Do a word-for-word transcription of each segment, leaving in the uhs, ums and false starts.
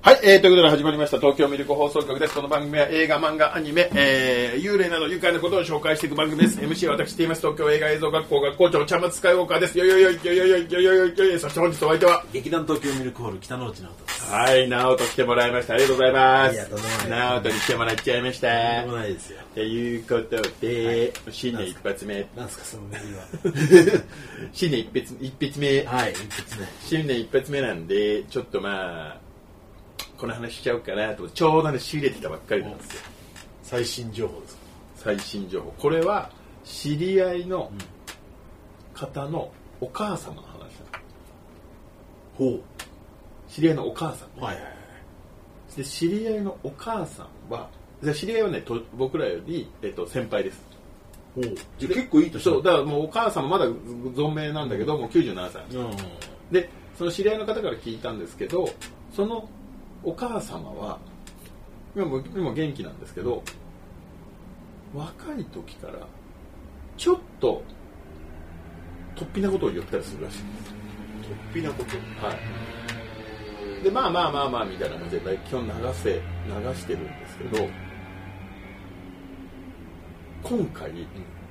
はい、えー、ということで始まりました東京ミルク放送局です。この番組は映画、漫画、アニメ、えー、幽霊など愉快なことを紹介していく番組です。エムシー は私 ティーエムエス 東京映画映像学校学校長茶松スカイウォーカーです。よよよよよよよよよよよ。そして本日お相手は劇団東京ミルクホール北之内直人です。 はい、直人来てもらいました。ありがとうございます。 ありがとうございます。 直人に来てもらっちゃいました。 とんでもないですよ。 ということで、はい、新年一発目。 なんすかそのメールは。 新年一発一発目。 はい、一発目。 新年一発目なんで、ちょっとまあ。この話しちゃおうかなとちょうどね仕入れてきたばっかりなんですよ。 最新情報ですか。 最新情報。これは知り合いの方のお母様の話だ。 ほう。 知り合いのお母さん、ね。 はいはいはい。 で知り合いのお母さんは、知り合いはねと僕らよりえっと先輩です。 ほう。じゃ結構いい年だ。 そうだからもうお母様まだ存命なんだけど、うん、もうきゅうじゅうななさい。うん、でその知り合いの方から聞いたんですけど、そのお母様は今も今も元気なんですけど、若い時からちょっと突飛なことを言ったりするらしいんです。 突飛なこと。 はい。でまあまあまあまあみたいな感じで基本流せ流してるんですけど、今回い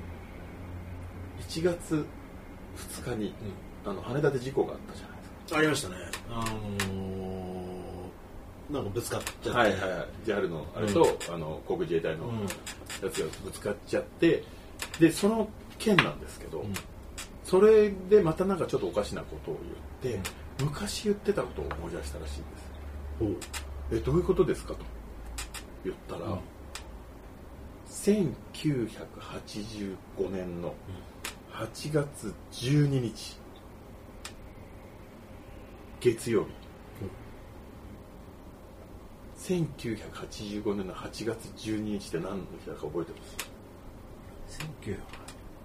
ちがつふつかに、うん、あの羽田で事故があったじゃないですか。 ありましたね。あのーなんかぶつかっちゃって、 はいはいはい、ジャル のあれと、うん、あの航空自衛隊のやつがぶつかっちゃって、でその件なんですけど、うん、それでまたなんかちょっとおかしなことを言って、うん、昔言ってたことを思い出したらしいんです。おう。えどういうことですかと言ったら、うん、せんきゅうひゃくはちじゅうごねんのはちがつじゅうににち月曜日、せんきゅうひゃくはちじゅうごねんのはちがつじゅうににちって何の日だか覚えてます？ せんきゅうひゃく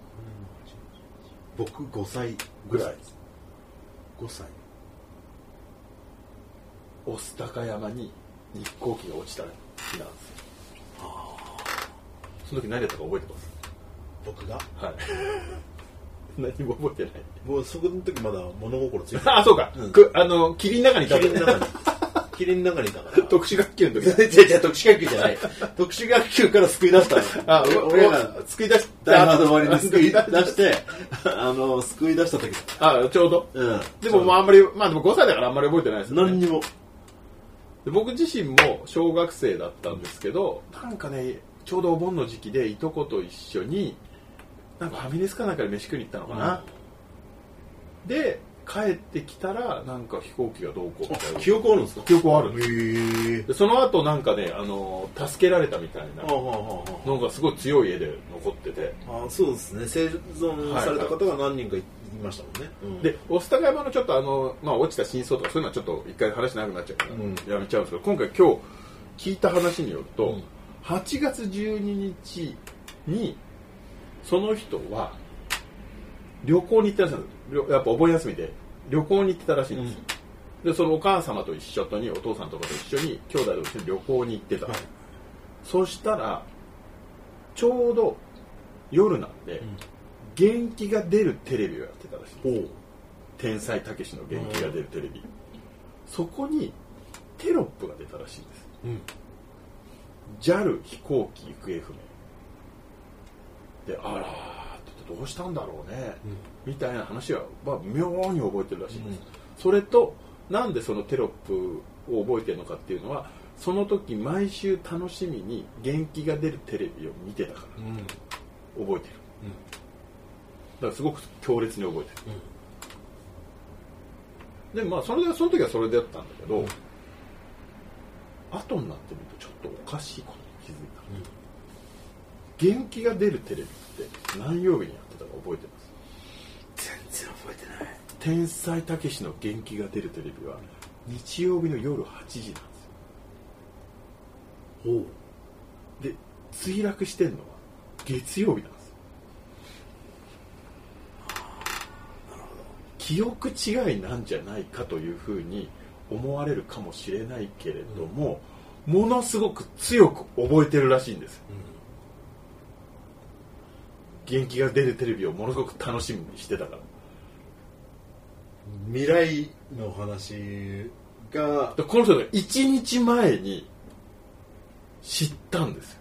僕ごさいぐらい。 ごさい。 御巣鷹山に日航機が落ちた日なんですよ。ああ。その時何だったか覚えてます？ 僕が？ はい。何も覚えてない。 もうそこの時まだ物心ついてた。あ、そうか。うん、くあの霧の中にいた。 霧の中に。霧の中にいたから。 特殊学級の時。 違う違う、特殊学級じゃない。特殊学級から救い出したの。 あ、俺が救い出した。 大ハード終わりに救い出して、あの、救い出した時だ。あ、ちょうど。うん。でも、まあ、あんまり、まあでもごさいだからあんまり覚えてないですよね。 何にも。 で僕自身も小学生だったんですけど、なんかね、ちょうどお盆の時期でいとこと一緒に、なんかファミレスかなんかで飯食いに行ったのかな。うん、で、帰ってきたらなんか飛行機がどうこうみたいな。 記憶あるんですか？ 記憶あるんです。でその後なんかね、あの助けられたみたいなのがすごい強い絵で残ってて。 ああ、そうですね。生存された方が何人かいましたもんね。 はいはい、で御巣鷹山のちょっとあのまあ落ちた真相とかそういうのはちょっと一回話長くなっちゃうから、うん、やめちゃうんですけど、今回今日聞いた話によると、うん、はちがつじゅうににちにその人は旅行に行ってらっしゃるんです。やっぱお盆休みで旅行に行ってたらしいんです、うん、でそのお母様と一緒とにお父さんとかと一緒に兄弟と一緒に旅行に行ってた、はい、そしたらちょうど夜なんで、うん、元気が出るテレビをやってたらしいんです。天才たけしの元気が出るテレビ、うん、そこにテロップが出たらしいんです、うん、ジャル 飛行機行方不明で、あらどうしたんだろうね、うん、みたいな話は、まあ、妙に覚えてるらしいんです、うん、それとなんでそのテロップを覚えてるのかっていうのは、その時毎週楽しみに元気が出るテレビを見てたから、うん、覚えてる、うん、だからすごく強烈に覚えてる、うん、でまあそれでその時はそれだったんだけど、うん、後になってみるとちょっとおかしいことに気づいた、うん、元気が出るテレビって何曜日にやってたか覚えてます？ 全然覚えてない。 天才たけしの元気が出るテレビは日曜日の夜はちじなんですよ。おう。で墜落してるのは月曜日なんですよ。なるほど。記憶違いなんじゃないかというふうに思われるかもしれないけれども、うん、ものすごく強く覚えてるらしいんですよ、うん、元気が出るテレビをものすごく楽しみにしてたから。 未来の話がこの人がいちにちまえに知ったんですよ。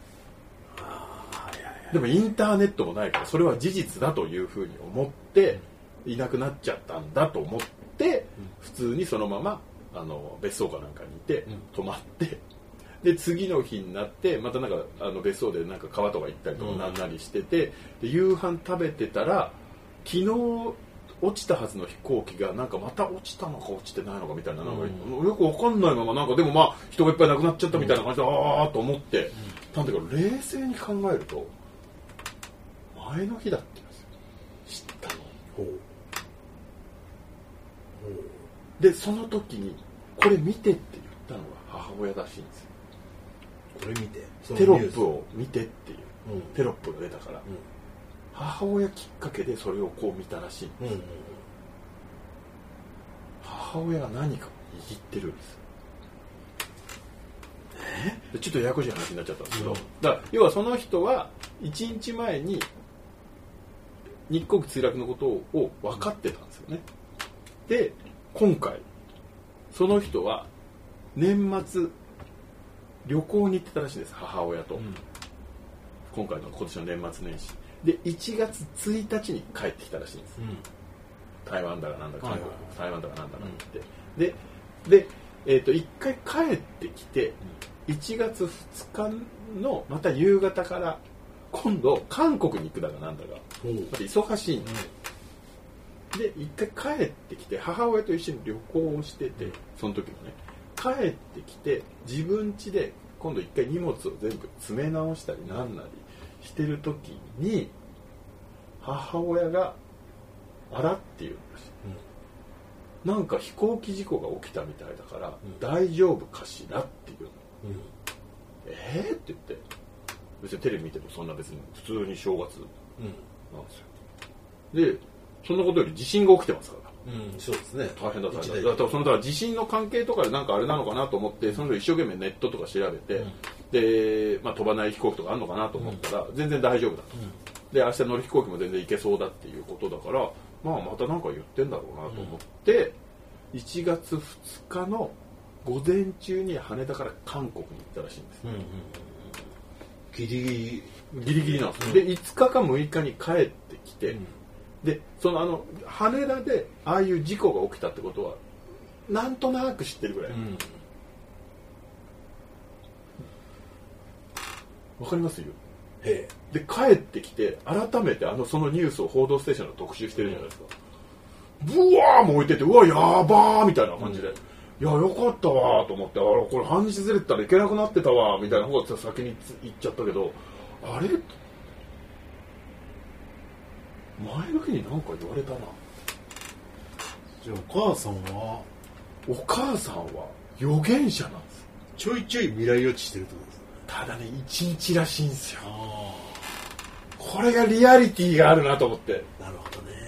でもインターネットもないからそれは事実だというふうに思っていなくなっちゃったんだと思って普通にそのままあの別荘かなんかにいて泊まってで次の日になってまたなんかあの別荘でなんか川とか行ったりとかなんなりしててで夕飯食べてたら昨日落ちたはずの飛行機がなんかまた落ちたのか落ちてないのかみたいな、なんかよくわかんないままなんかでもまあ人がいっぱい亡くなっちゃったみたいな感じであーと思ってたんだけど冷静に考えると前の日だって言うんですよ知ったの。ほうほうでその時にこれ見てって言ったのが母親らしいんですよ。 これ見てテロップを見てっていう、うん、テロップが出たから、うん、母親きっかけでそれをこう見たらしいんです、うんうん、母親が何かを握ってるんですえちょっとややこしい話になっちゃったんですけど、うん、だから要はその人はいちにちまえに日航機墜落のことを分かってたんですよね。で今回その人は年末旅行に行ってたらしいです母親と、うん、今回の今年の年末年始でいちがつついたちに帰ってきたらしいんです、うん、台湾だかなんだか、はいはいはい、台湾だかなんだかって、うん、でで、えーと、いっかい帰ってきて、うん、いちがつふつかのまた夕方から今度韓国に行くだかなんだか、うん、また忙しいんです、うん、でいっかい帰ってきて母親と一緒に旅行をしてて、うん、その時もね帰ってきて自分家で今度一回荷物を全部詰め直したりなんなりしてる時に母親があらって言うんですよ、うん、なんか飛行機事故が起きたみたいだから、うん、大丈夫かしらって言うの、うん、えーって言って別にテレビ見てもそんな別に普通に正月なんですよ、うん、でそんなことより地震が起きてますからうん、そうですね。 大変だ大変だ。だからそのだから地震の関係とかでなんかあれなのかなと思ってその人一生懸命ネットとか調べて、うん、で、まあ、飛ばない飛行機とかあるのかなと思ったら、うん、全然大丈夫だと、うん、で明日乗る飛行機も全然行けそうだっていうことだから、まあ、またなんか言ってんだろうなと思って、うん、いちがつふつかの午前中に羽田から韓国に行ったらしいんです、うんうん、 ギリギリギリギリなんです、うん、でいつかかむいかに帰ってきて、うんでそのあの羽田でああいう事故が起きたってことはなんとなく知ってるぐらい、うん、わかりますよ。へで帰ってきて改めてあのそのニュースを報道ステーションの特集してるじゃないですか、ブワーも置いててうわやばーみたいな感じで、うん、いやよかったわと思ってあらこれ半日ずれてたらいけなくなってたわみたいな方が先に行っちゃったけどあれ前の日に何か言われたな。 じゃあお母さんはお母さんは預言者なんです。 ちょいちょい未来予知してるってことですね。 ただね一日らしいんですよ。これがリアリティがあるなと思って。 なるほどね。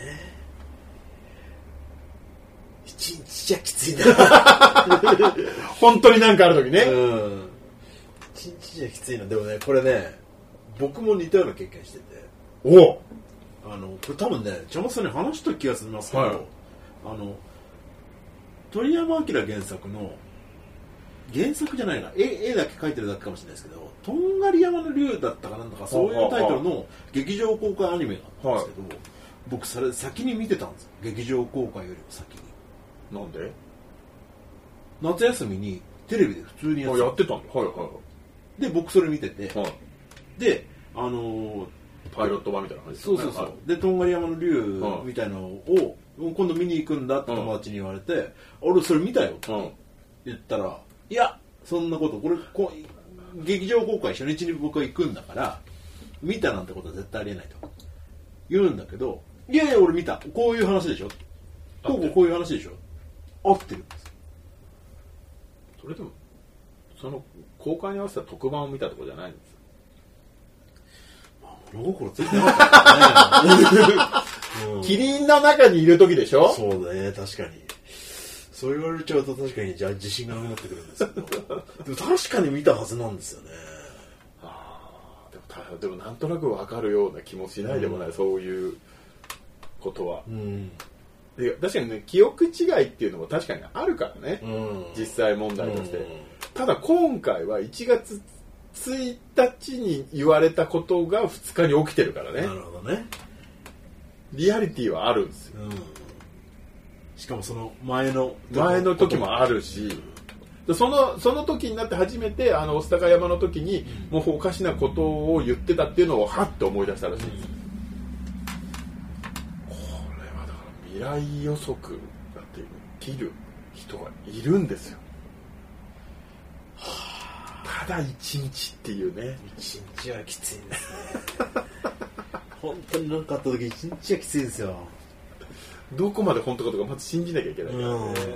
一日じゃきついな本当に何かある時ね、うん、 一日じゃきついな。でもねこれね僕も似たような経験してておおあのこれ多分ね茶松さんに話した気がしますけど、はい、あの鳥山明原作の原作じゃないな 絵, 絵だけ描いてるだけかもしれないですけどとんがり山の竜だったかなんだかそういうタイトルの劇場公開アニメがあったんですけど、はい、僕それ先に見てたんですよ劇場公開よりも先に。 なんで夏休みにテレビで普通にやってた、やってたんだ、はいはい、 で僕それ見てて、 はい、 であのーパイロット版みたいな感じですね。そうそうそう。で、とんがり山の竜みたいなのを、うん、今度見に行くんだって友達に言われて、うん、俺それ見たよって言ったら、うん、いや、そんなこと、これこう、劇場公開初日に僕は行くんだから、見たなんてことは絶対ありえないと言うんだけど、いやいや、俺見た。こういう話でしょ。こうこういう話でしょ。合ってるんです。 それでも、その公開に合わせた特番を見たところじゃないんです。 物心ついてなかったね、 うん、キリンの中にいる時でしょ。 そうだね確かにそう言われちゃうと確かにじゃあ自信がなくなってくるんですけどでも確かに見たはずなんですよね。 あでもでもなんとなく分かるような気もしないでもない、うん、そういうことは、 うん、 で確かにね記憶違いっていうのも確かにあるからね、うん、実際問題として、うん、ただ今回はいちがつついたちに言われたことがふつかに起きてるからね。 なるほどね。 リアリティはあるんですよ、うん、 しかもその前の前の時もあるし、そのその時になって初めてあの御巣鷹山の時にもうおかしなことを言ってたっていうのをはって思い出したらしいんです、うん、これはだから未来予測だってできる人がいるんですよ。ただ一日っていうね。 一日はきついですね本当に何かあった時一日はきついですよ。 どこまで本当かとかまず信じなきゃいけないからね、うん、そう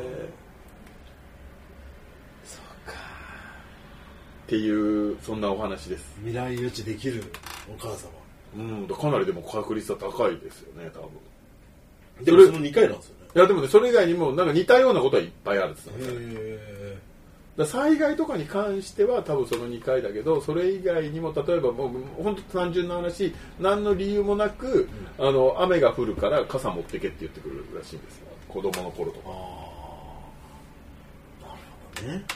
かっていうそんなお話です。 未来予知できるお母様、 うん、かなりでも確率は高いですよね多分。 でもそのにかいなんですよね。 いやでもねそれ以外にもなんか似たようなことはいっぱいあるんですよね。だ災害とかに関しては多分そのにかいだけど、それ以外にも例えばもう本当単純な話、何の理由もなく、うん、あの雨が降るから傘持ってけって言ってくるらしいんですよ、子供の頃とか。ああ、なるほどね。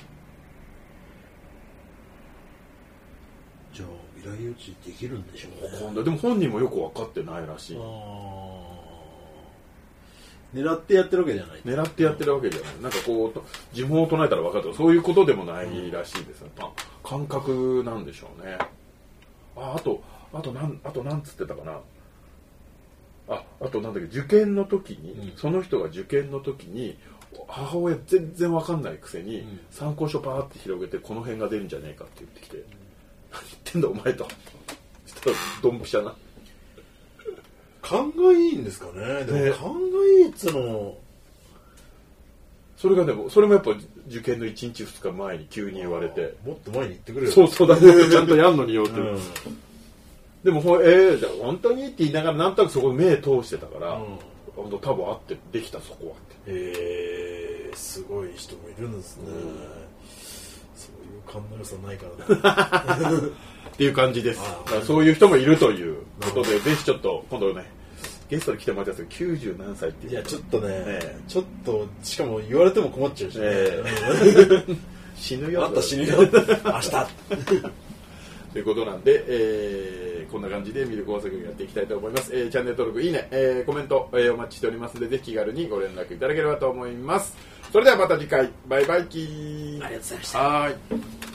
じゃあ未来予知できるんでしょうね。 でも本人もよく分かってないらしい。 あ狙ってやってるわけじゃない。 狙ってやってるわけじゃない。なんかこう呪文を唱えたら分かるとかそういうことでもないらしいですね。まあ、感覚なんでしょうね。あ、あとあとなんあとなんつってたかな。あ、あとなんだっけ、受験の時に、うん、その人が受験の時に母親全然分かんないくせに、うん、参考書パーって広げてこの辺が出るんじゃねえかって言ってきて、うん、何言ってんだお前と。したらドンピシャな。 勘がいいんですかね。でも勘がいいっつうのも、 それがでもそれもやっぱ受験のいちにちふつかまえに急に言われて、 もっと前に言ってくれよ。 そうそうだ、もっとちゃんとやんのによって、うん、でもえー、じゃあ本当にって言いながらなんとなくそこに目通してたから、うん、本当多分あってできたそこはって。 えー、すごい人もいるんですね、うん、そういう勘の良さないからなっていう感じです。そういう人もいるということで、ぜひちょっと今度ねゲストに来てもらったんですけどきゅうじゅうなんさいっていう。 いやちょっとね、ねちょっとしかも言われても困っちゃうし、ねえー、死ぬよあんた死ぬよ明日ということなんで、えー、こんな感じでミルク大阪やっていきたいと思います、えー、チャンネル登録いいね、えー、コメント、えー、お待ちしておりますのでぜひ気軽にご連絡いただければと思います。それではまた次回バイバイキー。 ありがとうございました。 はい。